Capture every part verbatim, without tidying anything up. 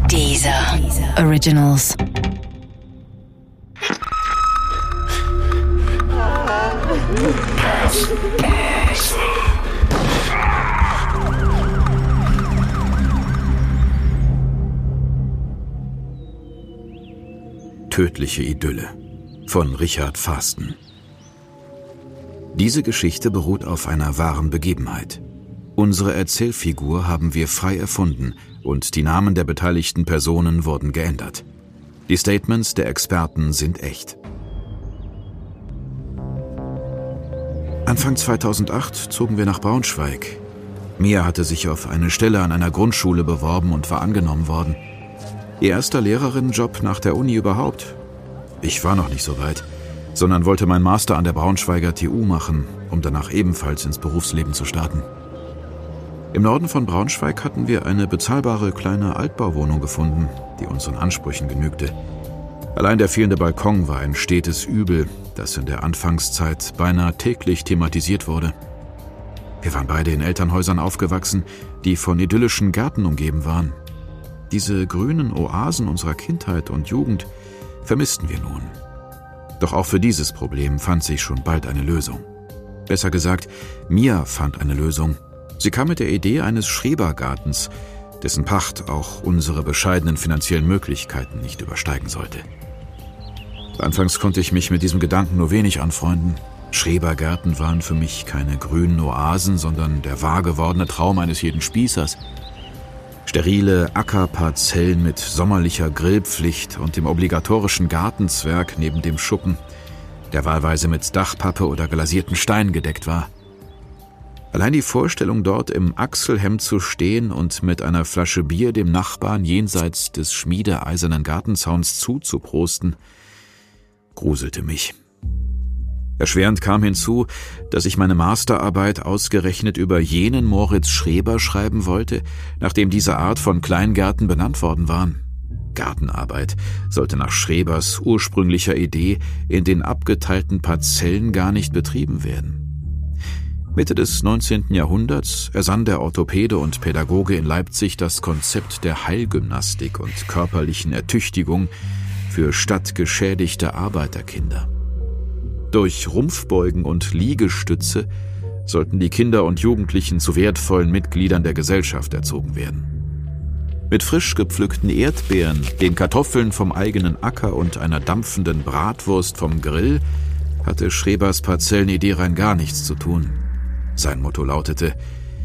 Deezer Originals. Tödliche Idylle von Richard Fasten. Diese Geschichte beruht auf einer wahren Begebenheit. Unsere Erzählfigur haben wir frei erfunden und die Namen der beteiligten Personen wurden geändert. Die Statements der Experten sind echt. Anfang zweitausendacht zogen wir nach Braunschweig. Mia hatte sich auf eine Stelle an einer Grundschule beworben und war angenommen worden. Ihr erster Lehrerinnenjob nach der Uni überhaupt. Ich war noch nicht so weit, sondern wollte meinen Master an der Braunschweiger T U machen, um danach ebenfalls ins Berufsleben zu starten. Im Norden von Braunschweig hatten wir eine bezahlbare kleine Altbauwohnung gefunden, die unseren Ansprüchen genügte. Allein der fehlende Balkon war ein stetes Übel, das in der Anfangszeit beinahe täglich thematisiert wurde. Wir waren beide in Elternhäusern aufgewachsen, die von idyllischen Gärten umgeben waren. Diese grünen Oasen unserer Kindheit und Jugend vermissten wir nun. Doch auch für dieses Problem fand sich schon bald eine Lösung. Besser gesagt, Mia fand eine Lösung. Sie kam mit der Idee eines Schrebergartens, dessen Pacht auch unsere bescheidenen finanziellen Möglichkeiten nicht übersteigen sollte. Anfangs konnte ich mich mit diesem Gedanken nur wenig anfreunden. Schrebergärten waren für mich keine grünen Oasen, sondern der wahr gewordene Traum eines jeden Spießers. Sterile Ackerparzellen mit sommerlicher Grillpflicht und dem obligatorischen Gartenzwerg neben dem Schuppen, der wahlweise mit Dachpappe oder glasierten Steinen gedeckt war. Allein die Vorstellung, dort im Achselhemd zu stehen und mit einer Flasche Bier dem Nachbarn jenseits des schmiedeeisernen Gartenzauns zuzuprosten, gruselte mich. Erschwerend kam hinzu, dass ich meine Masterarbeit ausgerechnet über jenen Moritz Schreber schreiben wollte, nachdem diese Art von Kleingärten benannt worden waren. Gartenarbeit sollte nach Schrebers ursprünglicher Idee in den abgeteilten Parzellen gar nicht betrieben werden. Mitte des neunzehnten Jahrhunderts ersann der Orthopäde und Pädagoge in Leipzig das Konzept der Heilgymnastik und körperlichen Ertüchtigung für stadtgeschädigte Arbeiterkinder. Durch Rumpfbeugen und Liegestütze sollten die Kinder und Jugendlichen zu wertvollen Mitgliedern der Gesellschaft erzogen werden. Mit frisch gepflückten Erdbeeren, den Kartoffeln vom eigenen Acker und einer dampfenden Bratwurst vom Grill hatte Schrebers Parzellenidee rein gar nichts zu tun. Sein Motto lautete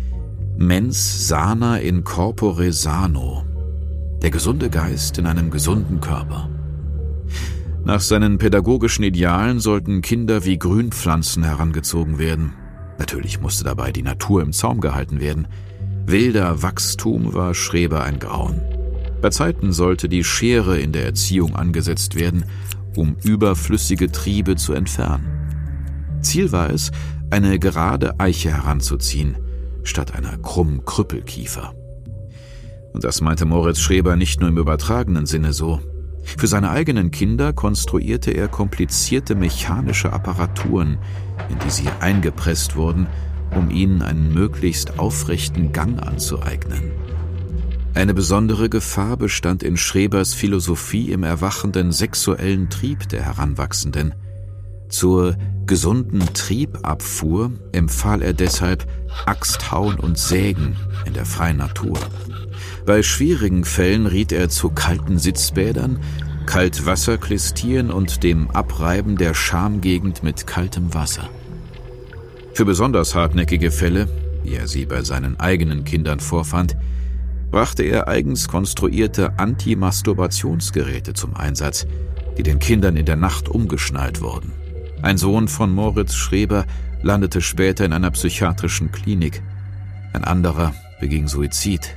Mens sana in corpore sano, der gesunde Geist in einem gesunden Körper. Nach seinen pädagogischen Idealen sollten Kinder wie Grünpflanzen herangezogen werden. Natürlich musste dabei die Natur im Zaum gehalten werden. Wilder Wachstum war Schreber ein Grauen. Bei Zeiten sollte die Schere in der Erziehung angesetzt werden, um überflüssige Triebe zu entfernen. Ziel war es, eine gerade Eiche heranzuziehen, statt einer krummen Krüppelkiefer. Und das meinte Moritz Schreber nicht nur im übertragenen Sinne so. Für seine eigenen Kinder konstruierte er komplizierte mechanische Apparaturen, in die sie eingepresst wurden, um ihnen einen möglichst aufrechten Gang anzueignen. Eine besondere Gefahr bestand in Schrebers Philosophie im erwachenden sexuellen Trieb der Heranwachsenden. Zur gesunden Triebabfuhr empfahl er deshalb Axthauen und Sägen in der freien Natur. Bei schwierigen Fällen riet er zu kalten Sitzbädern, Kaltwasserklistieren und dem Abreiben der Schamgegend mit kaltem Wasser. Für besonders hartnäckige Fälle, wie er sie bei seinen eigenen Kindern vorfand, brachte er eigens konstruierte Anti-Masturbationsgeräte zum Einsatz, die den Kindern in der Nacht umgeschnallt wurden. Ein Sohn von Moritz Schreber landete später in einer psychiatrischen Klinik. Ein anderer beging Suizid.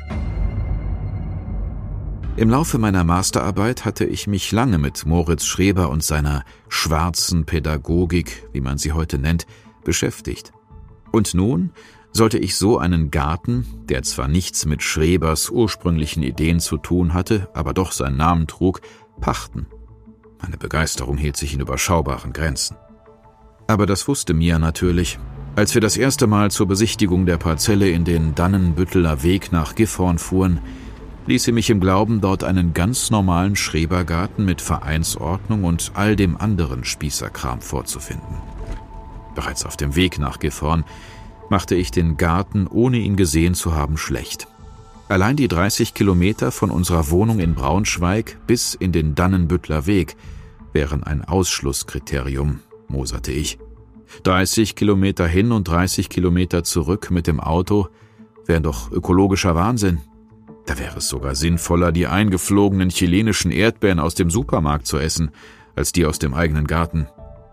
Im Laufe meiner Masterarbeit hatte ich mich lange mit Moritz Schreber und seiner schwarzen Pädagogik, wie man sie heute nennt, beschäftigt. Und nun sollte ich so einen Garten, der zwar nichts mit Schrebers ursprünglichen Ideen zu tun hatte, aber doch seinen Namen trug, pachten. Meine Begeisterung hielt sich in überschaubaren Grenzen. Aber das wusste Mia natürlich. Als wir das erste Mal zur Besichtigung der Parzelle in den Dannenbütteler Weg nach Gifhorn fuhren, ließ sie mich im Glauben, dort einen ganz normalen Schrebergarten mit Vereinsordnung und all dem anderen Spießerkram vorzufinden. Bereits auf dem Weg nach Gifhorn machte ich den Garten, ohne ihn gesehen zu haben, schlecht. Allein die dreißig Kilometer von unserer Wohnung in Braunschweig bis in den Dannenbüttler Weg wären ein Ausschlusskriterium, moserte ich. dreißig Kilometer hin und dreißig Kilometer zurück mit dem Auto wären doch ökologischer Wahnsinn. Da wäre es sogar sinnvoller, die eingeflogenen chilenischen Erdbeeren aus dem Supermarkt zu essen, als die aus dem eigenen Garten.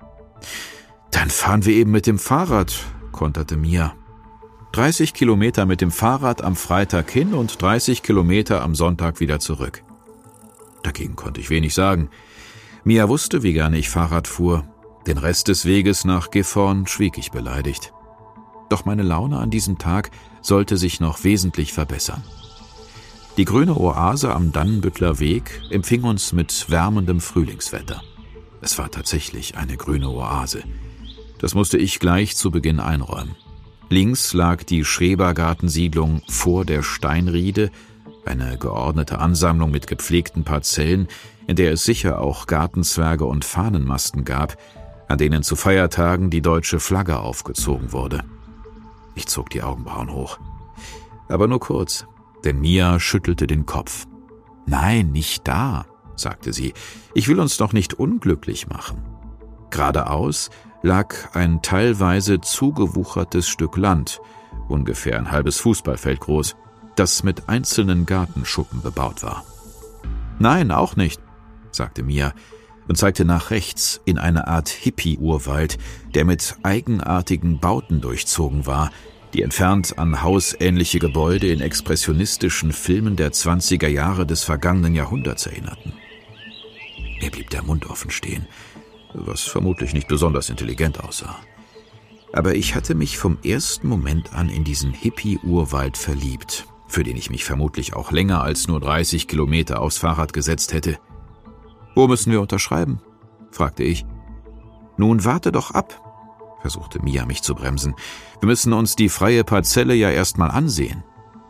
»Dann fahren wir eben mit dem Fahrrad«, konterte Mia. dreißig Kilometer mit dem Fahrrad am Freitag hin und dreißig Kilometer am Sonntag wieder zurück. Dagegen konnte ich wenig sagen. Mia wusste, wie gerne ich Fahrrad fuhr. Den Rest des Weges nach Gifhorn schwieg ich beleidigt. Doch meine Laune an diesem Tag sollte sich noch wesentlich verbessern. Die grüne Oase am Dannenbüttler Weg empfing uns mit wärmendem Frühlingswetter. Es war tatsächlich eine grüne Oase. Das musste ich gleich zu Beginn einräumen. Links lag die Schrebergartensiedlung vor der Steinriede, eine geordnete Ansammlung mit gepflegten Parzellen, in der es sicher auch Gartenzwerge und Fahnenmasten gab, an denen zu Feiertagen die deutsche Flagge aufgezogen wurde. Ich zog die Augenbrauen hoch. Aber nur kurz, denn Mia schüttelte den Kopf. »Nein, nicht da«, sagte sie. »Ich will uns doch nicht unglücklich machen.« Geradeaus lag ein teilweise zugewuchertes Stück Land, ungefähr ein halbes Fußballfeld groß, das mit einzelnen Gartenschuppen bebaut war. »Nein, auch nicht«, sagte Mia und zeigte nach rechts in eine Art Hippie-Urwald, der mit eigenartigen Bauten durchzogen war, die entfernt an hausähnliche Gebäude in expressionistischen Filmen der zwanziger Jahre des vergangenen Jahrhunderts erinnerten. Mir blieb der Mund offen stehen, was vermutlich nicht besonders intelligent aussah. Aber ich hatte mich vom ersten Moment an in diesen Hippie-Urwald verliebt, für den ich mich vermutlich auch länger als nur dreißig Kilometer aufs Fahrrad gesetzt hätte. »Wo müssen wir unterschreiben?« fragte ich. »Nun warte doch ab«, versuchte Mia mich zu bremsen. »Wir müssen uns die freie Parzelle ja erst mal ansehen.«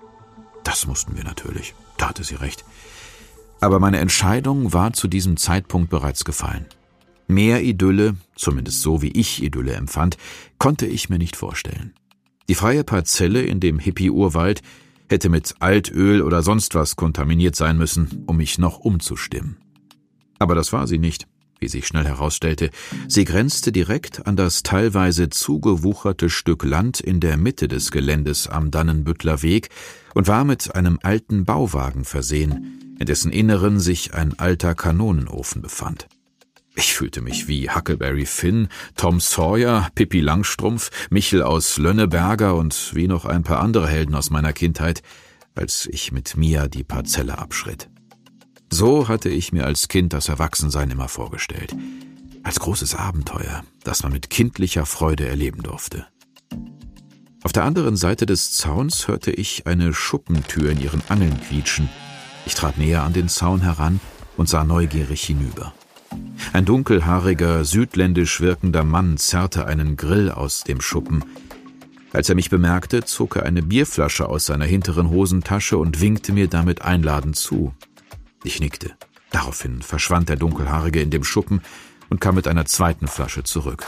Das mussten wir natürlich, da hatte sie recht. Aber meine Entscheidung war zu diesem Zeitpunkt bereits gefallen. Mehr Idylle, zumindest so wie ich Idylle empfand, konnte ich mir nicht vorstellen. Die freie Parzelle in dem Hippie-Urwald hätte mit Altöl oder sonst was kontaminiert sein müssen, um mich noch umzustimmen. Aber das war sie nicht, wie sich schnell herausstellte. Sie grenzte direkt an das teilweise zugewucherte Stück Land in der Mitte des Geländes am Dannenbüttler Weg und war mit einem alten Bauwagen versehen, in dessen Inneren sich ein alter Kanonenofen befand. Ich fühlte mich wie Huckleberry Finn, Tom Sawyer, Pippi Langstrumpf, Michel aus Lönneberger und wie noch ein paar andere Helden aus meiner Kindheit, als ich mit Mia die Parzelle abschritt. So hatte ich mir als Kind das Erwachsensein immer vorgestellt. Als großes Abenteuer, das man mit kindlicher Freude erleben durfte. Auf der anderen Seite des Zauns hörte ich eine Schuppentür in ihren Angeln quietschen. Ich trat näher an den Zaun heran und sah neugierig hinüber. Ein dunkelhaariger, südländisch wirkender Mann zerrte einen Grill aus dem Schuppen. Als er mich bemerkte, zog er eine Bierflasche aus seiner hinteren Hosentasche und winkte mir damit einladend zu. Ich nickte. Daraufhin verschwand der Dunkelhaarige in dem Schuppen und kam mit einer zweiten Flasche zurück.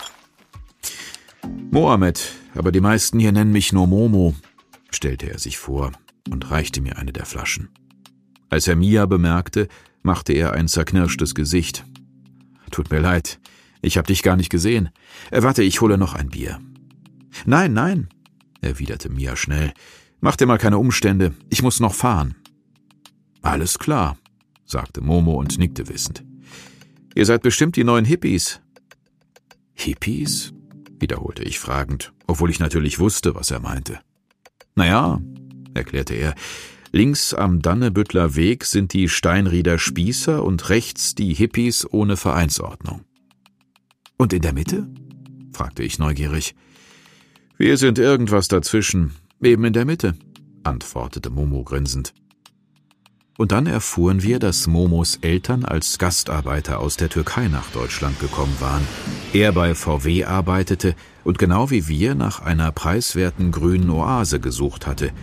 »Mohammed, aber die meisten hier nennen mich nur Momo«, stellte er sich vor und reichte mir eine der Flaschen. Als er Mia bemerkte, machte er ein zerknirschtes Gesicht. »Tut mir leid, ich hab dich gar nicht gesehen. Äh, warte, ich hole noch ein Bier.« »Nein, nein«, erwiderte Mia schnell. »Mach dir mal keine Umstände, ich muss noch fahren.« »Alles klar«, sagte Momo und nickte wissend. »Ihr seid bestimmt die neuen Hippies.« »Hippies?«, wiederholte ich fragend, obwohl ich natürlich wusste, was er meinte. »Naja«, erklärte er, »links am Dannenbüttler Weg sind die Steinrieder Spießer und rechts die Hippies ohne Vereinsordnung.« »Und in der Mitte?«, fragte ich neugierig. »Wir sind irgendwas dazwischen, eben in der Mitte«, antwortete Momo grinsend. Und dann erfuhren wir, dass Momos Eltern als Gastarbeiter aus der Türkei nach Deutschland gekommen waren. Er bei V W arbeitete und genau wie wir nach einer preiswerten grünen Oase gesucht hatte,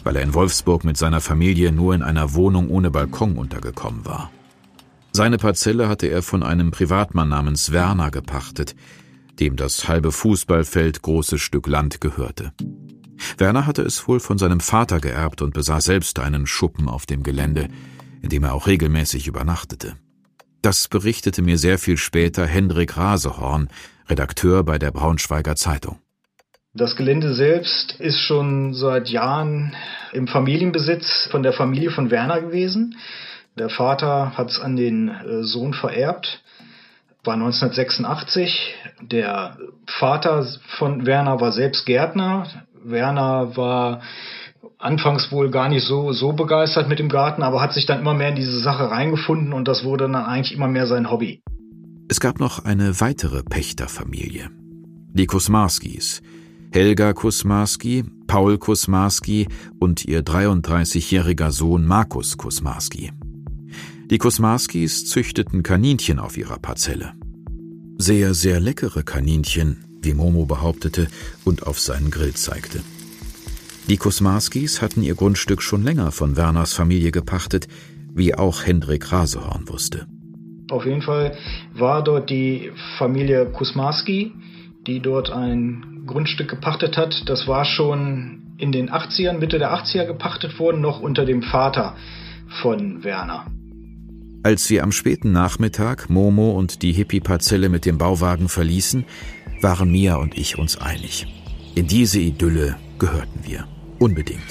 weil er in Wolfsburg mit seiner Familie nur in einer Wohnung ohne Balkon untergekommen war. Seine Parzelle hatte er von einem Privatmann namens Werner gepachtet, dem das halbe Fußballfeld großes Stück Land gehörte. Werner hatte es wohl von seinem Vater geerbt und besaß selbst einen Schuppen auf dem Gelände, in dem er auch regelmäßig übernachtete. Das berichtete mir sehr viel später Hendrik Rasehorn, Redakteur bei der Braunschweiger Zeitung. Das Gelände selbst ist schon seit Jahren im Familienbesitz von der Familie von Werner gewesen. Der Vater hat es an den Sohn vererbt, war neunzehnhundertsechsundachtzig. Der Vater von Werner war selbst Gärtner. Werner war anfangs wohl gar nicht so, so begeistert mit dem Garten, aber hat sich dann immer mehr in diese Sache reingefunden und das wurde dann eigentlich immer mehr sein Hobby. Es gab noch eine weitere Pächterfamilie, die Kusmarskis. Helga Kusmarski, Paul Kusmarski und ihr dreiunddreißigjähriger Sohn Markus Kusmarski. Die Kusmarskis züchteten Kaninchen auf ihrer Parzelle. Sehr, sehr leckere Kaninchen, wie Momo behauptete und auf seinen Grill zeigte. Die Kusmarskis hatten ihr Grundstück schon länger von Werners Familie gepachtet, wie auch Hendrik Rasehorn wusste. Auf jeden Fall war dort die Familie Kusmarski, die dort ein Grundstück gepachtet hat. Das war schon in den achtzigern, Mitte der achtziger gepachtet worden, noch unter dem Vater von Werner. Als wir am späten Nachmittag Momo und die Hippie-Parzelle mit dem Bauwagen verließen, waren Mia und ich uns einig. In diese Idylle gehörten wir. Unbedingt.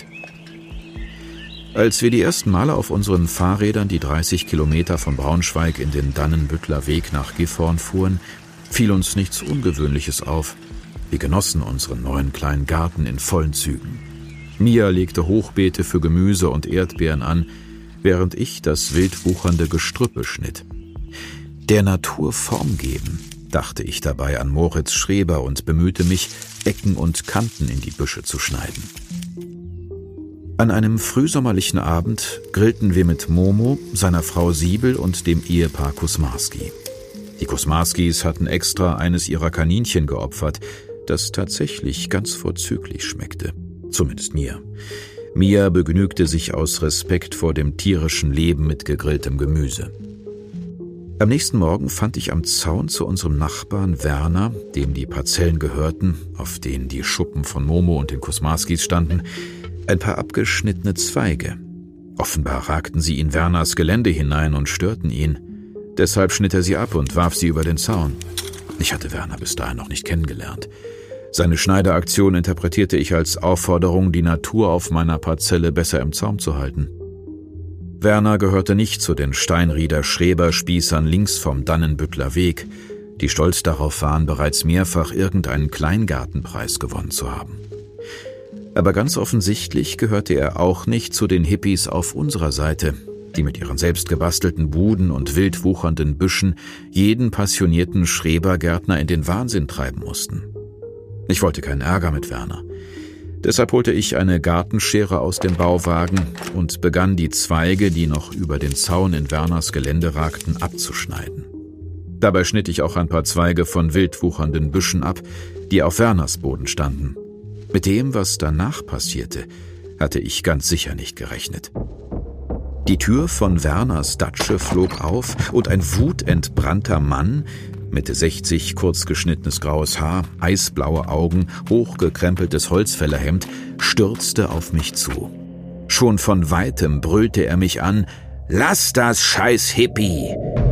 Als wir die ersten Male auf unseren Fahrrädern die dreißig Kilometer von Braunschweig in den Dannenbüttler Weg nach Gifhorn fuhren, fiel uns nichts Ungewöhnliches auf. Wir genossen unseren neuen kleinen Garten in vollen Zügen. Mia legte Hochbeete für Gemüse und Erdbeeren an, während ich das wild wuchernde Gestrüppe schnitt. Der Natur Form geben, dachte ich dabei an Moritz Schreber und bemühte mich, Ecken und Kanten in die Büsche zu schneiden. An einem frühsommerlichen Abend grillten wir mit Momo, seiner Frau Siebel und dem Ehepaar Kusmarski. Die Kusmarskis hatten extra eines ihrer Kaninchen geopfert, das tatsächlich ganz vorzüglich schmeckte. Zumindest mir. Mia begnügte sich aus Respekt vor dem tierischen Leben mit gegrilltem Gemüse. Am nächsten Morgen fand ich am Zaun zu unserem Nachbarn Werner, dem die Parzellen gehörten, auf denen die Schuppen von Momo und den Kusmarskis standen, ein paar abgeschnittene Zweige. Offenbar ragten sie in Werners Gelände hinein und störten ihn. Deshalb schnitt er sie ab und warf sie über den Zaun. Ich hatte Werner bis dahin noch nicht kennengelernt. Seine Schneideraktion interpretierte ich als Aufforderung, die Natur auf meiner Parzelle besser im Zaum zu halten. Werner gehörte nicht zu den Steinrieder Schreberspießern links vom Dannenbüttler Weg, die stolz darauf waren, bereits mehrfach irgendeinen Kleingartenpreis gewonnen zu haben. Aber ganz offensichtlich gehörte er auch nicht zu den Hippies auf unserer Seite, die mit ihren selbstgebastelten Buden und wild wuchernden Büschen jeden passionierten Schrebergärtner in den Wahnsinn treiben mussten. Ich wollte keinen Ärger mit Werner. Deshalb holte ich eine Gartenschere aus dem Bauwagen und begann, die Zweige, die noch über den Zaun in Werners Gelände ragten, abzuschneiden. Dabei schnitt ich auch ein paar Zweige von wild wuchernden Büschen ab, die auf Werners Boden standen. Mit dem, was danach passierte, hatte ich ganz sicher nicht gerechnet. Die Tür von Werners Datsche flog auf und ein wutentbrannter Mann, Mitte sechzig, kurzgeschnittenes graues Haar, eisblaue Augen, hochgekrempeltes Holzfällerhemd, stürzte auf mich zu. Schon von Weitem brüllte er mich an: »Lass das, scheiß Hippie!«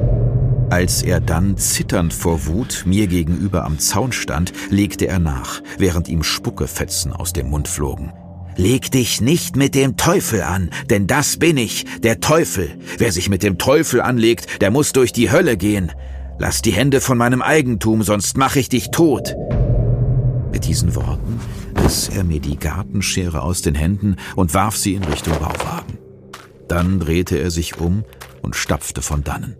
Als er dann zitternd vor Wut mir gegenüber am Zaun stand, legte er nach, während ihm Spuckefetzen aus dem Mund flogen. »Leg dich nicht mit dem Teufel an, denn das bin ich, der Teufel. Wer sich mit dem Teufel anlegt, der muss durch die Hölle gehen. Lass die Hände von meinem Eigentum, sonst mache ich dich tot.« Mit diesen Worten riss er mir die Gartenschere aus den Händen und warf sie in Richtung Bauwagen. Dann drehte er sich um und stapfte von dannen.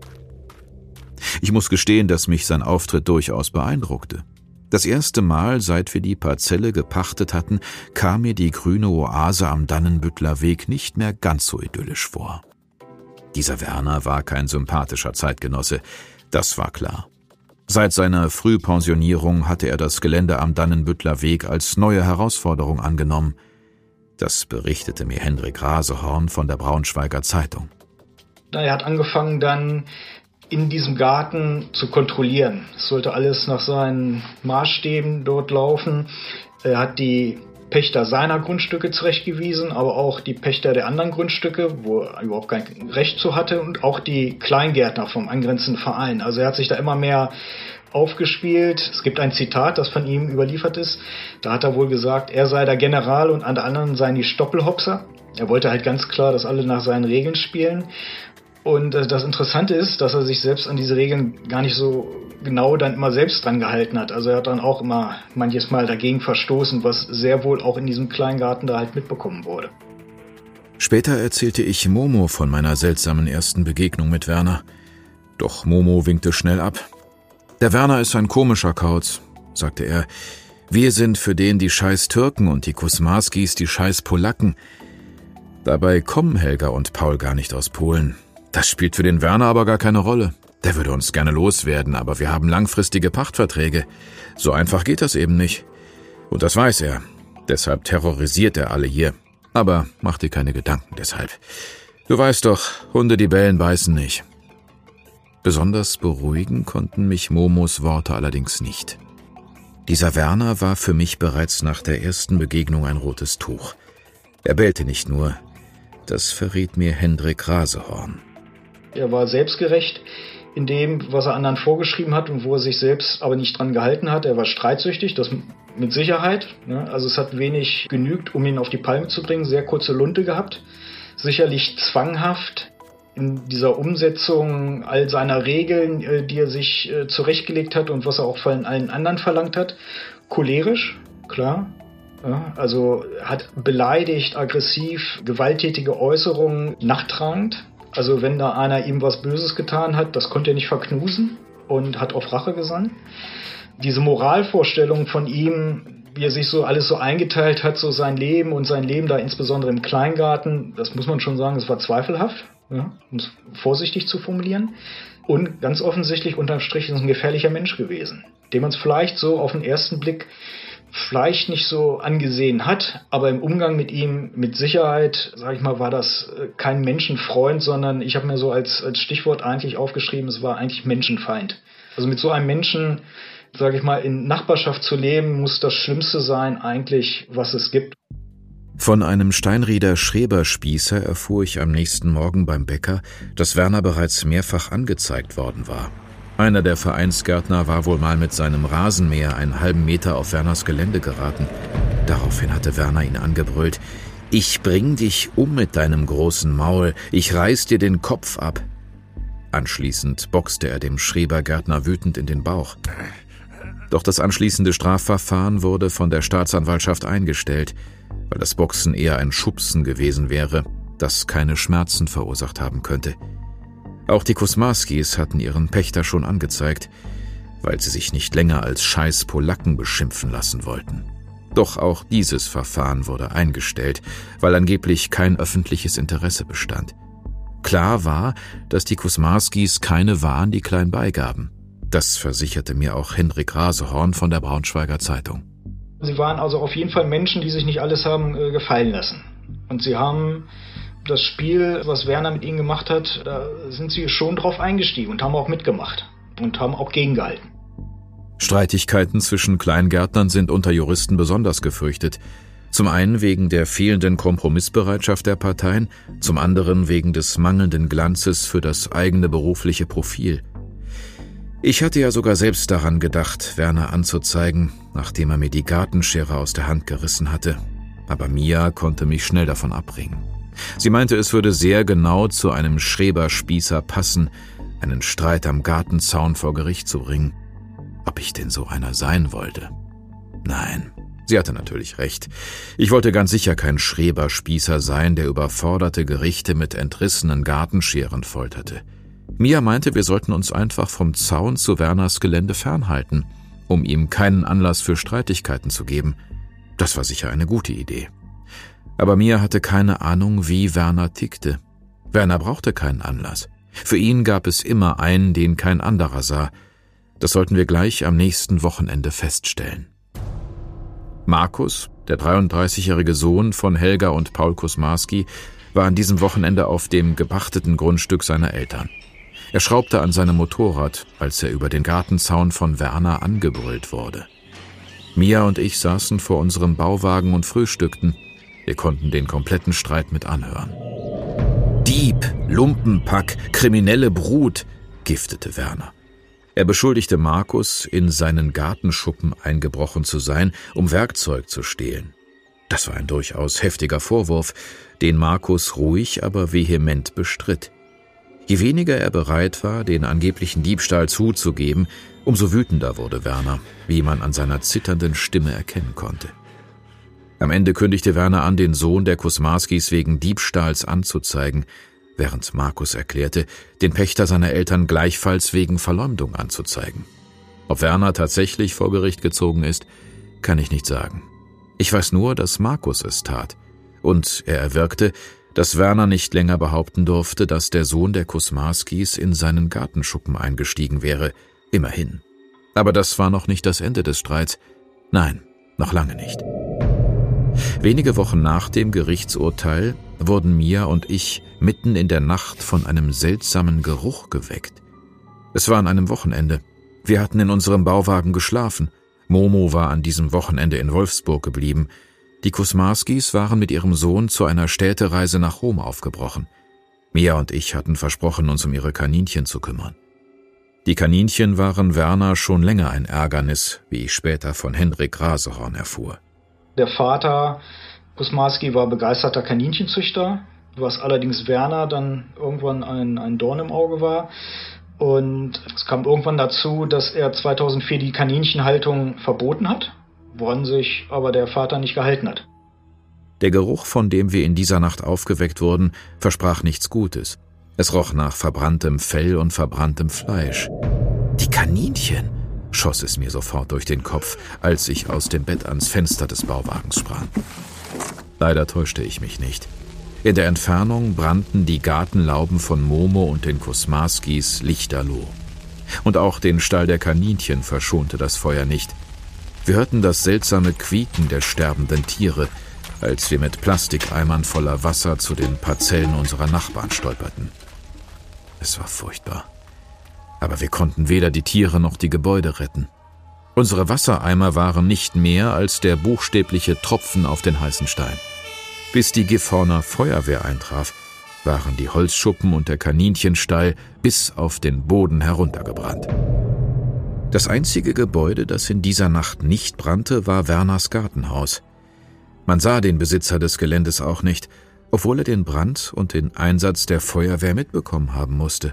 Ich muss gestehen, dass mich sein Auftritt durchaus beeindruckte. Das erste Mal, seit wir die Parzelle gepachtet hatten, kam mir die grüne Oase am Dannenbüttler Weg nicht mehr ganz so idyllisch vor. Dieser Werner war kein sympathischer Zeitgenosse, das war klar. Seit seiner Frühpensionierung hatte er das Gelände am Dannenbüttler Weg als neue Herausforderung angenommen. Das berichtete mir Hendrik Rasehorn von der Braunschweiger Zeitung. Er hat angefangen dann in diesem Garten zu kontrollieren. Es sollte alles nach seinen Maßstäben dort laufen. Er hat die Pächter seiner Grundstücke zurechtgewiesen, aber auch die Pächter der anderen Grundstücke, wo er überhaupt kein Recht zu hatte, und auch die Kleingärtner vom angrenzenden Verein. Also er hat sich da immer mehr aufgespielt. Es gibt ein Zitat, das von ihm überliefert ist. Da hat er wohl gesagt, er sei der General und alle anderen seien die Stoppelhopser. Er wollte halt ganz klar, dass alle nach seinen Regeln spielen. Und das Interessante ist, dass er sich selbst an diese Regeln gar nicht so genau dann immer selbst dran gehalten hat. Also er hat dann auch immer manches Mal dagegen verstoßen, was sehr wohl auch in diesem Kleingarten da halt mitbekommen wurde. Später erzählte ich Momo von meiner seltsamen ersten Begegnung mit Werner. Doch Momo winkte schnell ab. »Der Werner ist ein komischer Kauz«, sagte er. »Wir sind für den die scheiß Türken und die Kusmarskis die scheiß Polacken. Dabei kommen Helga und Paul gar nicht aus Polen. Das spielt für den Werner aber gar keine Rolle. Der würde uns gerne loswerden, aber wir haben langfristige Pachtverträge. So einfach geht das eben nicht. Und das weiß er. Deshalb terrorisiert er alle hier. Aber mach dir keine Gedanken deshalb. Du weißt doch, Hunde, die bellen, beißen nicht.« Besonders beruhigen konnten mich Momos Worte allerdings nicht. Dieser Werner war für mich bereits nach der ersten Begegnung ein rotes Tuch. Er bellte nicht nur. Das verriet mir Hendrik Rasehorn. Er war selbstgerecht in dem, was er anderen vorgeschrieben hat und wo er sich selbst aber nicht dran gehalten hat. Er war streitsüchtig, das mit Sicherheit. Also es hat wenig genügt, um ihn auf die Palme zu bringen. Sehr kurze Lunte gehabt. Sicherlich zwanghaft in dieser Umsetzung all seiner Regeln, die er sich zurechtgelegt hat und was er auch von allen anderen verlangt hat. Cholerisch, klar. Ja, also hat beleidigt, aggressiv, gewalttätige Äußerungen nachtragend. Also wenn da einer ihm was Böses getan hat, das konnte er nicht verknusen und hat auf Rache gesandt. Diese Moralvorstellung von ihm, wie er sich so alles so eingeteilt hat, so sein Leben und sein Leben da insbesondere im Kleingarten, das muss man schon sagen, das war zweifelhaft, ja, um es vorsichtig zu formulieren. Und ganz offensichtlich unterm Strich ist es ein gefährlicher Mensch gewesen, den man es vielleicht so auf den ersten Blick vielleicht nicht so angesehen hat, aber im Umgang mit ihm mit Sicherheit, sage ich mal, war das kein Menschenfreund, sondern ich habe mir so als, als Stichwort eigentlich aufgeschrieben, es war eigentlich Menschenfeind. Also mit so einem Menschen, sage ich mal, in Nachbarschaft zu leben, muss das Schlimmste sein eigentlich, was es gibt. Von einem Steinrieder Schreberspießer erfuhr ich am nächsten Morgen beim Bäcker, dass Werner bereits mehrfach angezeigt worden war. Einer der Vereinsgärtner war wohl mal mit seinem Rasenmäher einen halben Meter auf Werners Gelände geraten. Daraufhin hatte Werner ihn angebrüllt: »Ich bring dich um mit deinem großen Maul, ich reiß dir den Kopf ab.« Anschließend boxte er dem Schrebergärtner wütend in den Bauch. Doch das anschließende Strafverfahren wurde von der Staatsanwaltschaft eingestellt, weil das Boxen eher ein Schubsen gewesen wäre, das keine Schmerzen verursacht haben könnte. Auch die Kusmarskis hatten ihren Pächter schon angezeigt, weil sie sich nicht länger als scheiß Polacken beschimpfen lassen wollten. Doch auch dieses Verfahren wurde eingestellt, weil angeblich kein öffentliches Interesse bestand. Klar war, dass die Kusmarskis keine waren, die klein beigaben. Das versicherte mir auch Hendrik Rasehorn von der Braunschweiger Zeitung. Sie waren also auf jeden Fall Menschen, die sich nicht alles haben äh, gefallen lassen. Und sie haben das Spiel, was Werner mit ihnen gemacht hat, da sind sie schon drauf eingestiegen und haben auch mitgemacht und haben auch gegengehalten. Streitigkeiten zwischen Kleingärtnern sind unter Juristen besonders gefürchtet. Zum einen wegen der fehlenden Kompromissbereitschaft der Parteien, zum anderen wegen des mangelnden Glanzes für das eigene berufliche Profil. Ich hatte ja sogar selbst daran gedacht, Werner anzuzeigen, nachdem er mir die Gartenschere aus der Hand gerissen hatte. Aber Mia konnte mich schnell davon abbringen. Sie meinte, es würde sehr genau zu einem Schreberspießer passen, einen Streit am Gartenzaun vor Gericht zu bringen. Ob ich denn so einer sein wollte? Nein, sie hatte natürlich recht. Ich wollte ganz sicher kein Schreberspießer sein, der überforderte Gerichte mit entrissenen Gartenscheren folterte. Mia meinte, wir sollten uns einfach vom Zaun zu Werners Gelände fernhalten, um ihm keinen Anlass für Streitigkeiten zu geben. Das war sicher eine gute Idee. Aber Mia hatte keine Ahnung, wie Werner tickte. Werner brauchte keinen Anlass. Für ihn gab es immer einen, den kein anderer sah. Das sollten wir gleich am nächsten Wochenende feststellen. Markus, der dreiunddreißigjährige Sohn von Helga und Paul Kusmarski, war an diesem Wochenende auf dem gepachteten Grundstück seiner Eltern. Er schraubte an seinem Motorrad, als er über den Gartenzaun von Werner angebrüllt wurde. Mia und ich saßen vor unserem Bauwagen und frühstückten. Wir konnten den kompletten Streit mit anhören. »Dieb, Lumpenpack, kriminelle Brut«, giftete Werner. Er beschuldigte Markus, in seinen Gartenschuppen eingebrochen zu sein, um Werkzeug zu stehlen. Das war ein durchaus heftiger Vorwurf, den Markus ruhig, aber vehement bestritt. Je weniger er bereit war, den angeblichen Diebstahl zuzugeben, umso wütender wurde Werner, wie man an seiner zitternden Stimme erkennen konnte. Am Ende kündigte Werner an, den Sohn der Kusmarskis wegen Diebstahls anzuzeigen, während Markus erklärte, den Pächter seiner Eltern gleichfalls wegen Verleumdung anzuzeigen. Ob Werner tatsächlich vor Gericht gezogen ist, kann ich nicht sagen. Ich weiß nur, dass Markus es tat, und er erwirkte, dass Werner nicht länger behaupten durfte, dass der Sohn der Kusmarskis in seinen Gartenschuppen eingestiegen wäre, immerhin. Aber das war noch nicht das Ende des Streits. Nein, noch lange nicht. Wenige Wochen nach dem Gerichtsurteil wurden Mia und ich mitten in der Nacht von einem seltsamen Geruch geweckt. Es war an einem Wochenende. Wir hatten in unserem Bauwagen geschlafen. Momo war an diesem Wochenende in Wolfsburg geblieben. Die Kusmarskis waren mit ihrem Sohn zu einer Städtereise nach Rom aufgebrochen. Mia und ich hatten versprochen, uns um ihre Kaninchen zu kümmern. Die Kaninchen waren Werner schon länger ein Ärgernis, wie ich später von Hendrik Grasehorn erfuhr. Der Vater Kusmarski war begeisterter Kaninchenzüchter, was allerdings Werner dann irgendwann ein, ein Dorn im Auge war. Und es kam irgendwann dazu, dass er zweitausendvier die Kaninchenhaltung verboten hat, woran sich aber der Vater nicht gehalten hat. Der Geruch, von dem wir in dieser Nacht aufgeweckt wurden, versprach nichts Gutes. Es roch nach verbranntem Fell und verbranntem Fleisch. Die Kaninchen, schoss es mir sofort durch den Kopf, als ich aus dem Bett ans Fenster des Bauwagens sprang. Leider täuschte ich mich nicht. In der Entfernung brannten die Gartenlauben von Momo und den Kusmarskis lichterloh. Und auch den Stall der Kaninchen verschonte das Feuer nicht. Wir hörten das seltsame Quieken der sterbenden Tiere, als wir mit Plastikeimern voller Wasser zu den Parzellen unserer Nachbarn stolperten. Es war furchtbar. Aber wir konnten weder die Tiere noch die Gebäude retten. Unsere Wassereimer waren nicht mehr als der buchstäbliche Tropfen auf den heißen Stein. Bis die Gifhorner Feuerwehr eintraf, waren die Holzschuppen und der Kaninchenstall bis auf den Boden heruntergebrannt. Das einzige Gebäude, das in dieser Nacht nicht brannte, war Werners Gartenhaus. Man sah den Besitzer des Geländes auch nicht, obwohl er den Brand und den Einsatz der Feuerwehr mitbekommen haben musste.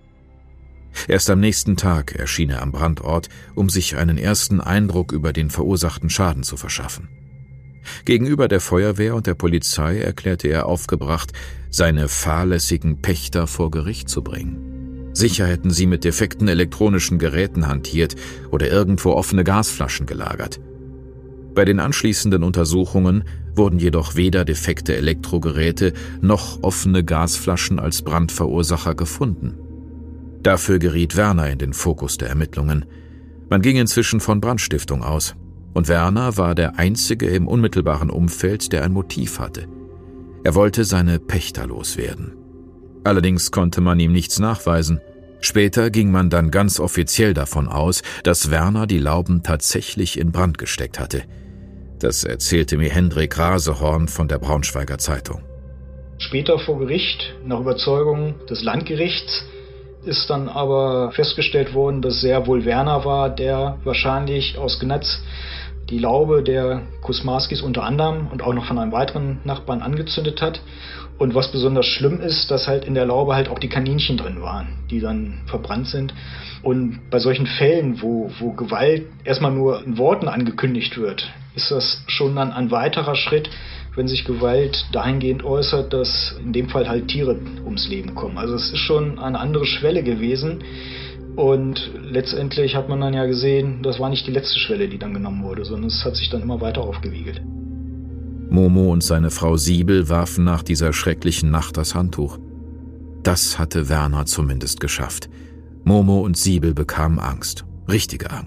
Erst am nächsten Tag erschien er am Brandort, um sich einen ersten Eindruck über den verursachten Schaden zu verschaffen. Gegenüber der Feuerwehr und der Polizei erklärte er aufgebracht, seine fahrlässigen Pächter vor Gericht zu bringen. Sicher hätten sie mit defekten elektronischen Geräten hantiert oder irgendwo offene Gasflaschen gelagert. Bei den anschließenden Untersuchungen wurden jedoch weder defekte Elektrogeräte noch offene Gasflaschen als Brandverursacher gefunden. Dafür geriet Werner in den Fokus der Ermittlungen. Man ging inzwischen von Brandstiftung aus. Und Werner war der Einzige im unmittelbaren Umfeld, der ein Motiv hatte. Er wollte seine Pächter loswerden. Allerdings konnte man ihm nichts nachweisen. Später ging man dann ganz offiziell davon aus, dass Werner die Lauben tatsächlich in Brand gesteckt hatte. Das erzählte mir Hendrik Grasehorn von der Braunschweiger Zeitung. Später vor Gericht, nach Überzeugung des Landgerichts, ist dann aber festgestellt worden, dass sehr wohl Werner war, der wahrscheinlich aus Gnatz die Laube der Kusmarskis unter anderem und auch noch von einem weiteren Nachbarn angezündet hat. Und was besonders schlimm ist, dass halt in der Laube halt auch die Kaninchen drin waren, die dann verbrannt sind. Und bei solchen Fällen, wo, wo Gewalt erstmal nur in Worten angekündigt wird, ist das schon dann ein weiterer Schritt, wenn sich Gewalt dahingehend äußert, dass in dem Fall halt Tiere ums Leben kommen. Also es ist schon eine andere Schwelle gewesen. Und letztendlich hat man dann ja gesehen, das war nicht die letzte Schwelle, die dann genommen wurde, sondern es hat sich dann immer weiter aufgewiegelt. Momo und seine Frau Siebel warfen nach dieser schrecklichen Nacht das Handtuch. Das hatte Werner zumindest geschafft. Momo und Siebel bekamen Angst, richtige Angst.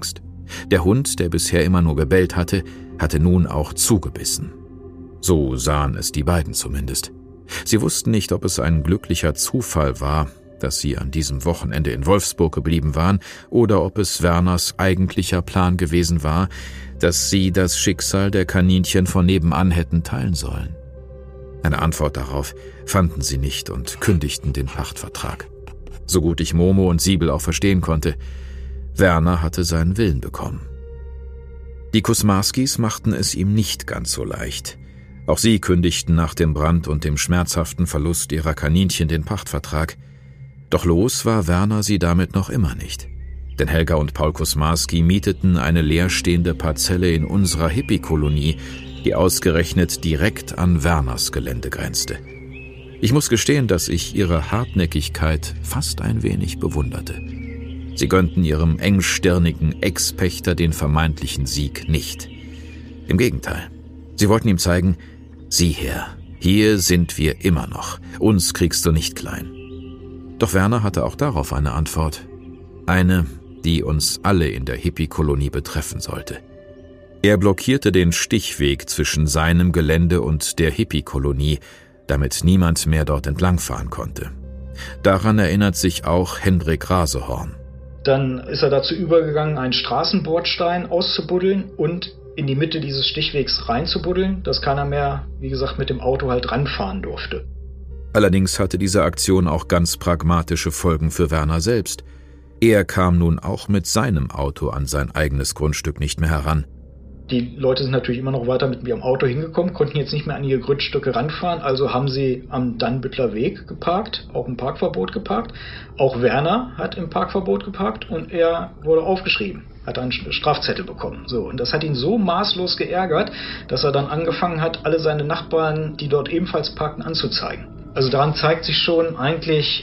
Der Hund, der bisher immer nur gebellt hatte, hatte nun auch zugebissen. So sahen es die beiden zumindest. Sie wussten nicht, ob es ein glücklicher Zufall war, dass sie an diesem Wochenende in Wolfsburg geblieben waren, oder ob es Werners eigentlicher Plan gewesen war, dass sie das Schicksal der Kaninchen von nebenan hätten teilen sollen. Eine Antwort darauf fanden sie nicht und kündigten den Pachtvertrag. So gut ich Momo und Siebel auch verstehen konnte, Werner hatte seinen Willen bekommen. Die Kusmarskis machten es ihm nicht ganz so leicht. Auch sie kündigten nach dem Brand und dem schmerzhaften Verlust ihrer Kaninchen den Pachtvertrag. Doch los war Werner sie damit noch immer nicht. Denn Helga und Paul Kusmarski mieteten eine leerstehende Parzelle in unserer Hippie-Kolonie, die ausgerechnet direkt an Werners Gelände grenzte. Ich muss gestehen, dass ich ihre Hartnäckigkeit fast ein wenig bewunderte. Sie gönnten ihrem engstirnigen Ex-Pächter den vermeintlichen Sieg nicht. Im Gegenteil, sie wollten ihm zeigen, sieh her, hier sind wir immer noch, uns kriegst du nicht klein. Doch Werner hatte auch darauf eine Antwort. Eine, die uns alle in der Hippie-Kolonie betreffen sollte. Er blockierte den Stichweg zwischen seinem Gelände und der Hippie-Kolonie, damit niemand mehr dort entlangfahren konnte. Daran erinnert sich auch Hendrik Rasehorn. Dann ist er dazu übergegangen, einen Straßenbordstein auszubuddeln und in die Mitte dieses Stichwegs reinzubuddeln, dass keiner mehr, wie gesagt, mit dem Auto halt ranfahren durfte. Allerdings hatte diese Aktion auch ganz pragmatische Folgen für Werner selbst. Er kam nun auch mit seinem Auto an sein eigenes Grundstück nicht mehr heran. Die Leute sind natürlich immer noch weiter mit ihrem Auto hingekommen, konnten jetzt nicht mehr an ihre Grundstücke ranfahren, also haben sie am Dannbüttler Weg geparkt, auch im Parkverbot geparkt. Auch Werner hat im Parkverbot geparkt und er wurde aufgeschrieben, hat einen Strafzettel bekommen. So, und das hat ihn so maßlos geärgert, dass er dann angefangen hat, alle seine Nachbarn, die dort ebenfalls parkten, anzuzeigen. Also daran zeigt sich schon eigentlich,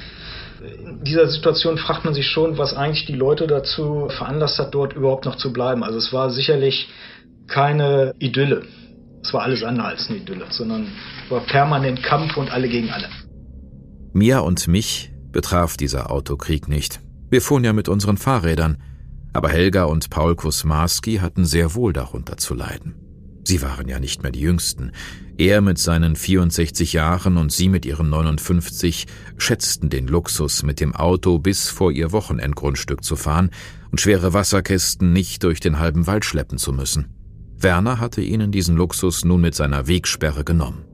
in dieser Situation fragt man sich schon, was eigentlich die Leute dazu veranlasst hat, dort überhaupt noch zu bleiben. Also es war sicherlich keine Idylle. Es war alles andere als eine Idylle, sondern war permanent Kampf und alle gegen alle. Mia und mich betraf dieser Autokrieg nicht. Wir fuhren ja mit unseren Fahrrädern. Aber Helga und Paul Kusmarski hatten sehr wohl darunter zu leiden. Sie waren ja nicht mehr die Jüngsten. Er mit seinen vierundsechzig Jahren und sie mit ihren neunundfünfzig schätzten den Luxus, mit dem Auto bis vor ihr Wochenendgrundstück zu fahren und schwere Wasserkästen nicht durch den halben Wald schleppen zu müssen. Werner hatte ihnen diesen Luxus nun mit seiner Wegsperre genommen.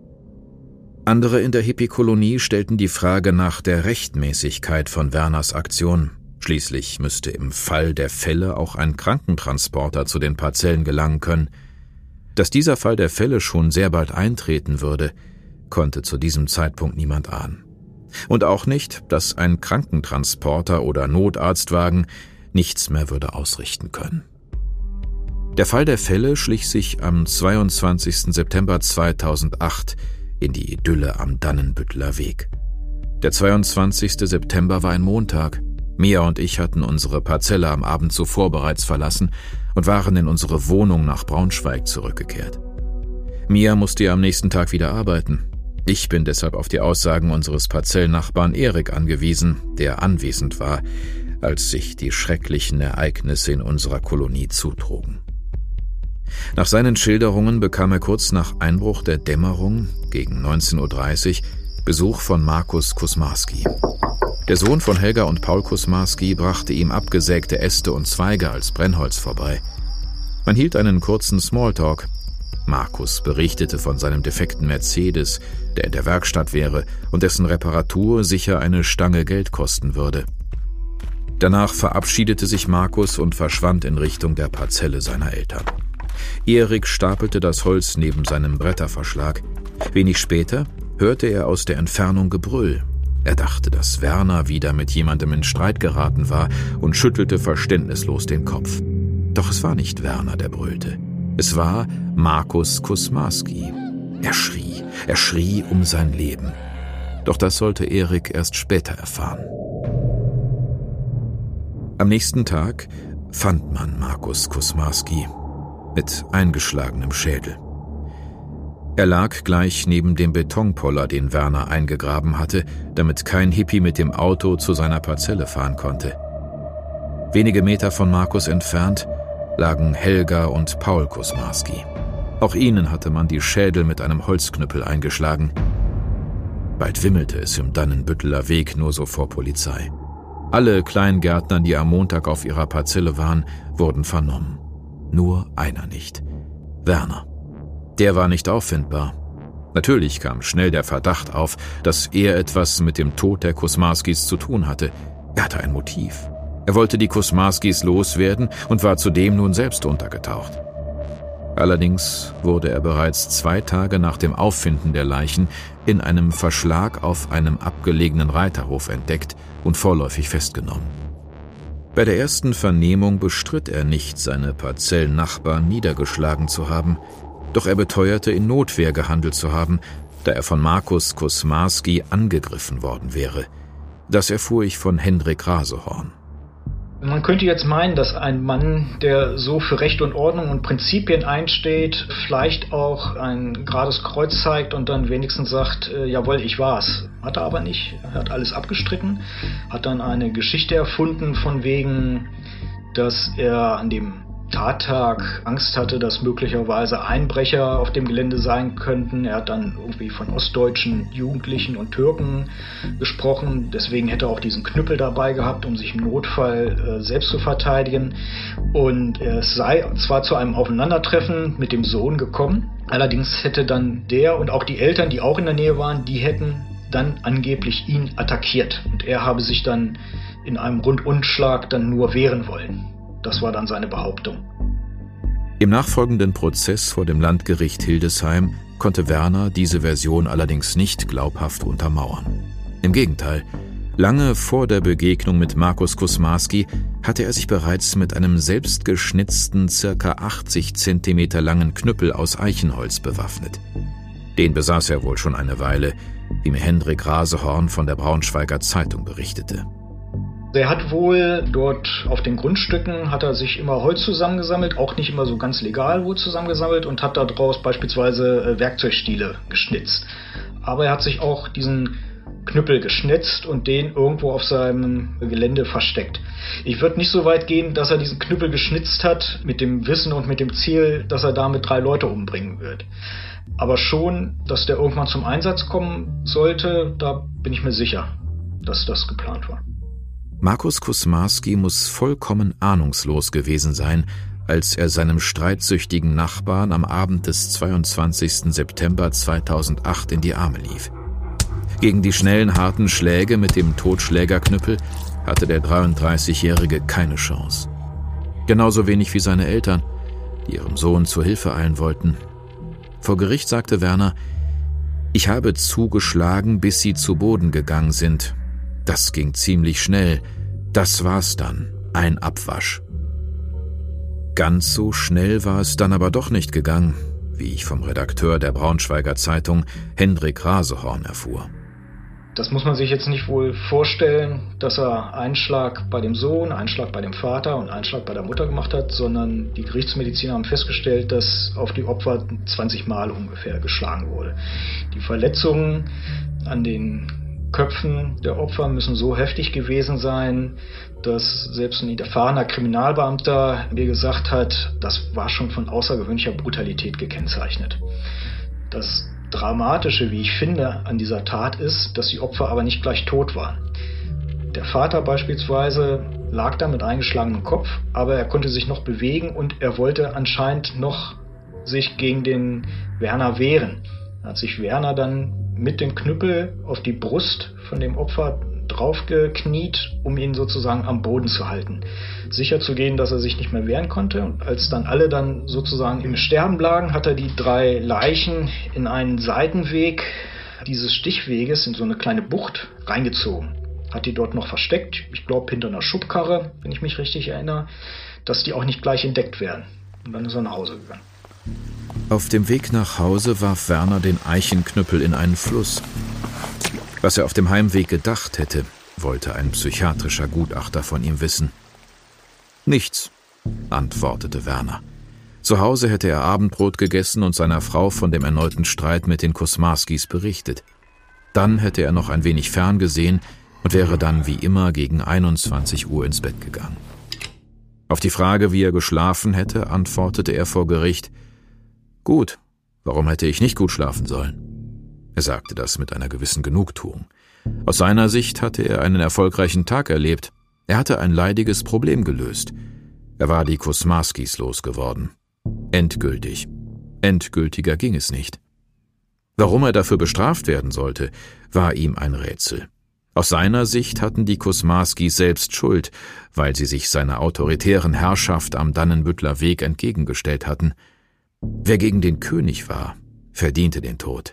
Andere in der Hippie-Kolonie stellten die Frage nach der Rechtmäßigkeit von Werners Aktion. Schließlich müsste im Fall der Fälle auch ein Krankentransporter zu den Parzellen gelangen können. Dass dieser Fall der Fälle schon sehr bald eintreten würde, konnte zu diesem Zeitpunkt niemand ahnen. Und auch nicht, dass ein Krankentransporter oder Notarztwagen nichts mehr würde ausrichten können. Der Fall der Fälle schlich sich am zweiundzwanzigsten September zweitausendacht in die Idylle am Dannenbüttler Weg. Der zweiundzwanzigste September war ein Montag. Mia und ich hatten unsere Parzelle am Abend zuvor bereits verlassen und waren in unsere Wohnung nach Braunschweig zurückgekehrt. Mia musste ja am nächsten Tag wieder arbeiten. Ich bin deshalb auf die Aussagen unseres Parzellnachbarn Erik angewiesen, der anwesend war, als sich die schrecklichen Ereignisse in unserer Kolonie zutrugen. Nach seinen Schilderungen bekam er kurz nach Einbruch der Dämmerung gegen neunzehn Uhr dreißig Besuch von Markus Kusmarski. Der Sohn von Helga und Paul Kusmarski brachte ihm abgesägte Äste und Zweige als Brennholz vorbei. Man hielt einen kurzen Smalltalk. Markus berichtete von seinem defekten Mercedes, der in der Werkstatt wäre und dessen Reparatur sicher eine Stange Geld kosten würde. Danach verabschiedete sich Markus und verschwand in Richtung der Parzelle seiner Eltern. Erik stapelte das Holz neben seinem Bretterverschlag. Wenig später hörte er aus der Entfernung Gebrüll. Er dachte, dass Werner wieder mit jemandem in Streit geraten war und schüttelte verständnislos den Kopf. Doch es war nicht Werner, der brüllte. Es war Markus Kusmarski. Er schrie, er schrie um sein Leben. Doch das sollte Erik erst später erfahren. Am nächsten Tag fand man Markus Kusmarski mit eingeschlagenem Schädel. Er lag gleich neben dem Betonpoller, den Werner eingegraben hatte, damit kein Hippie mit dem Auto zu seiner Parzelle fahren konnte. Wenige Meter von Markus entfernt lagen Helga und Paul Kusmarski. Auch ihnen hatte man die Schädel mit einem Holzknüppel eingeschlagen. Bald wimmelte es im Dannenbütteler Weg nur so vor Polizei. Alle Kleingärtner, die am Montag auf ihrer Parzelle waren, wurden vernommen. Nur einer nicht. Werner. Der war nicht auffindbar. Natürlich kam schnell der Verdacht auf, dass er etwas mit dem Tod der Kusmarskis zu tun hatte. Er hatte ein Motiv. Er wollte die Kusmarskis loswerden und war zudem nun selbst untergetaucht. Allerdings wurde er bereits zwei Tage nach dem Auffinden der Leichen in einem Verschlag auf einem abgelegenen Reiterhof entdeckt und vorläufig festgenommen. Bei der ersten Vernehmung bestritt er nicht, seine Parzellennachbarn niedergeschlagen zu haben, doch er beteuerte, in Notwehr gehandelt zu haben, da er von Markus Kusmarski angegriffen worden wäre. Das erfuhr ich von Hendrik Rasehorn. Man könnte jetzt meinen, dass ein Mann, der so für Recht und Ordnung und Prinzipien einsteht, vielleicht auch ein gerades Kreuz zeigt und dann wenigstens sagt, äh, jawohl, ich war's. Hat er aber nicht. Er hat alles abgestritten, hat dann eine Geschichte erfunden von wegen, dass er an dem Tattag Angst hatte, dass möglicherweise Einbrecher auf dem Gelände sein könnten. Er hat dann irgendwie von ostdeutschen Jugendlichen und Türken gesprochen. Deswegen hätte er auch diesen Knüppel dabei gehabt, um sich im Notfall äh, selbst zu verteidigen. Und es sei zwar zu einem Aufeinandertreffen mit dem Sohn gekommen, allerdings hätte dann der und auch die Eltern, die auch in der Nähe waren, die hätten dann angeblich ihn attackiert. Und er habe sich dann in einem Rundumschlag dann nur wehren wollen. Das war dann seine Behauptung. Im nachfolgenden Prozess vor dem Landgericht Hildesheim konnte Werner diese Version allerdings nicht glaubhaft untermauern. Im Gegenteil, lange vor der Begegnung mit Markus Kusmarski hatte er sich bereits mit einem selbstgeschnitzten, circa achtzig Zentimeter langen Knüppel aus Eichenholz bewaffnet. Den besaß er wohl schon eine Weile, wie mir Hendrik Rasehorn von der Braunschweiger Zeitung berichtete. Er hat wohl dort auf den Grundstücken, hat er sich immer Holz zusammengesammelt, auch nicht immer so ganz legal wohl zusammengesammelt und hat daraus beispielsweise Werkzeugstiele geschnitzt. Aber er hat sich auch diesen Knüppel geschnitzt und den irgendwo auf seinem Gelände versteckt. Ich würde nicht so weit gehen, dass er diesen Knüppel geschnitzt hat mit dem Wissen und mit dem Ziel, dass er damit drei Leute umbringen wird. Aber schon, dass der irgendwann zum Einsatz kommen sollte, da bin ich mir sicher, dass das geplant war. Markus Kusmarski muss vollkommen ahnungslos gewesen sein, als er seinem streitsüchtigen Nachbarn am Abend des zweiundzwanzigsten September zweitausendacht in die Arme lief. Gegen die schnellen, harten Schläge mit dem Totschlägerknüppel hatte der dreiunddreißigjährige keine Chance. Genauso wenig wie seine Eltern, die ihrem Sohn zur Hilfe eilen wollten. Vor Gericht sagte Werner: „Ich habe zugeschlagen, bis sie zu Boden gegangen sind. Das ging ziemlich schnell. Das war's dann. Ein Abwasch." Ganz so schnell war es dann aber doch nicht gegangen, wie ich vom Redakteur der Braunschweiger Zeitung, Hendrik Rasehorn, erfuhr. Das muss man sich jetzt nicht wohl vorstellen, dass er einen Schlag bei dem Sohn, einen Schlag bei dem Vater und einen Schlag bei der Mutter gemacht hat, sondern die Gerichtsmediziner haben festgestellt, dass auf die Opfer zwanzig Mal ungefähr geschlagen wurde. Die Verletzungen an den Köpfen der Opfer müssen so heftig gewesen sein, dass selbst ein erfahrener Kriminalbeamter mir gesagt hat, das war schon von außergewöhnlicher Brutalität gekennzeichnet. Das Dramatische, wie ich finde, an dieser Tat ist, dass die Opfer aber nicht gleich tot waren. Der Vater beispielsweise lag da mit eingeschlagenem Kopf, aber er konnte sich noch bewegen und er wollte anscheinend noch sich gegen den Werner wehren. Da hat sich Werner dann mit dem Knüppel auf die Brust von dem Opfer draufgekniet, um ihn sozusagen am Boden zu halten. Sicher zu gehen, dass er sich nicht mehr wehren konnte. Und als dann alle dann sozusagen im Sterben lagen, hat er die drei Leichen in einen Seitenweg dieses Stichweges, in so eine kleine Bucht, reingezogen. Hat die dort noch versteckt, ich glaube hinter einer Schubkarre, wenn ich mich richtig erinnere, dass die auch nicht gleich entdeckt werden. Und dann ist er nach Hause gegangen. Auf dem Weg nach Hause warf Werner den Eichenknüppel in einen Fluss. Was er auf dem Heimweg gedacht hätte, wollte ein psychiatrischer Gutachter von ihm wissen. Nichts, antwortete Werner. Zu Hause hätte er Abendbrot gegessen und seiner Frau von dem erneuten Streit mit den Kusmarskis berichtet. Dann hätte er noch ein wenig ferngesehen und wäre dann wie immer gegen einundzwanzig Uhr ins Bett gegangen. Auf die Frage, wie er geschlafen hätte, antwortete er vor Gericht: »Gut, warum hätte ich nicht gut schlafen sollen?« Er sagte das mit einer gewissen Genugtuung. Aus seiner Sicht hatte er einen erfolgreichen Tag erlebt. Er hatte ein leidiges Problem gelöst. Er war die Kosmarskis losgeworden. Endgültig. Endgültiger ging es nicht. Warum er dafür bestraft werden sollte, war ihm ein Rätsel. Aus seiner Sicht hatten die Kosmarskis selbst Schuld, weil sie sich seiner autoritären Herrschaft am Dannenbüttler Weg entgegengestellt hatten. Wer gegen den König war, verdiente den Tod.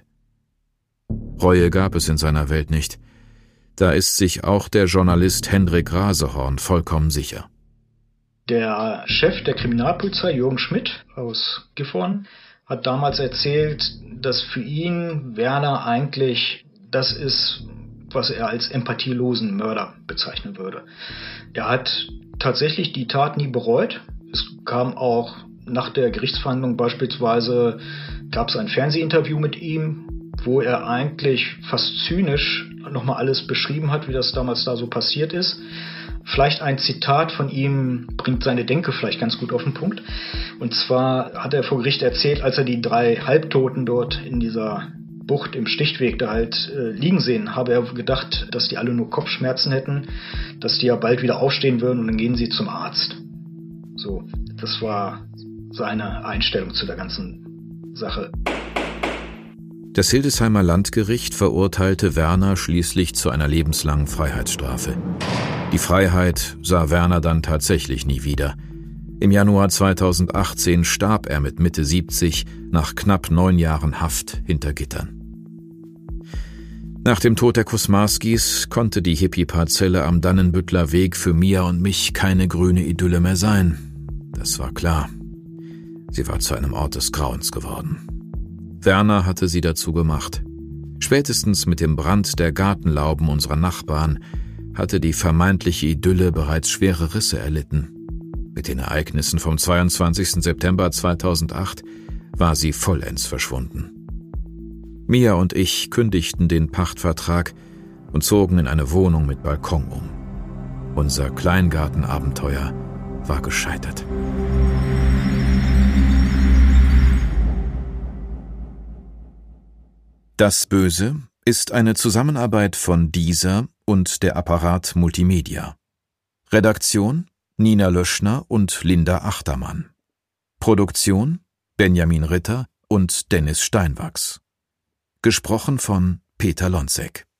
Reue gab es in seiner Welt nicht. Da ist sich auch der Journalist Hendrik Rasehorn vollkommen sicher. Der Chef der Kriminalpolizei, Jürgen Schmidt aus Gifhorn, hat damals erzählt, dass für ihn Werner eigentlich das ist, was er als empathielosen Mörder bezeichnen würde. Er hat tatsächlich die Tat nie bereut. Es kam auch nach der Gerichtsverhandlung beispielsweise, gab es ein Fernsehinterview mit ihm, wo er eigentlich fast zynisch nochmal alles beschrieben hat, wie das damals da so passiert ist. Vielleicht ein Zitat von ihm bringt seine Denke vielleicht ganz gut auf den Punkt. Und zwar hat er vor Gericht erzählt, als er die drei Halbtoten dort in dieser Bucht im Stichtweg da halt äh, liegen sehen, habe er gedacht, dass die alle nur Kopfschmerzen hätten, dass die ja bald wieder aufstehen würden und dann gehen sie zum Arzt. So, das war seine Einstellung zu der ganzen Sache. Das Hildesheimer Landgericht verurteilte Werner schließlich zu einer lebenslangen Freiheitsstrafe. Die Freiheit sah Werner dann tatsächlich nie wieder. Im Januar zweitausendachtzehn starb er mit Mitte siebzig nach knapp neun Jahren Haft hinter Gittern. Nach dem Tod der Kosmarskis konnte die Hippie-Parzelle am Dannenbüttler Weg für Mia und mich keine grüne Idylle mehr sein. Das war klar. Sie war zu einem Ort des Grauens geworden. Werner hatte sie dazu gemacht. Spätestens mit dem Brand der Gartenlauben unserer Nachbarn hatte die vermeintliche Idylle bereits schwere Risse erlitten. Mit den Ereignissen vom zweiundzwanzigsten September zweitausendacht war sie vollends verschwunden. Mia und ich kündigten den Pachtvertrag und zogen in eine Wohnung mit Balkon um. Unser Kleingartenabenteuer war gescheitert. Das Böse ist eine Zusammenarbeit von Deezer und der Apparat Multimedia. Redaktion Nina Löschner und Linda Achtermann. Produktion Benjamin Ritter und Dennis Steinwachs. Gesprochen von Peter Lonzek.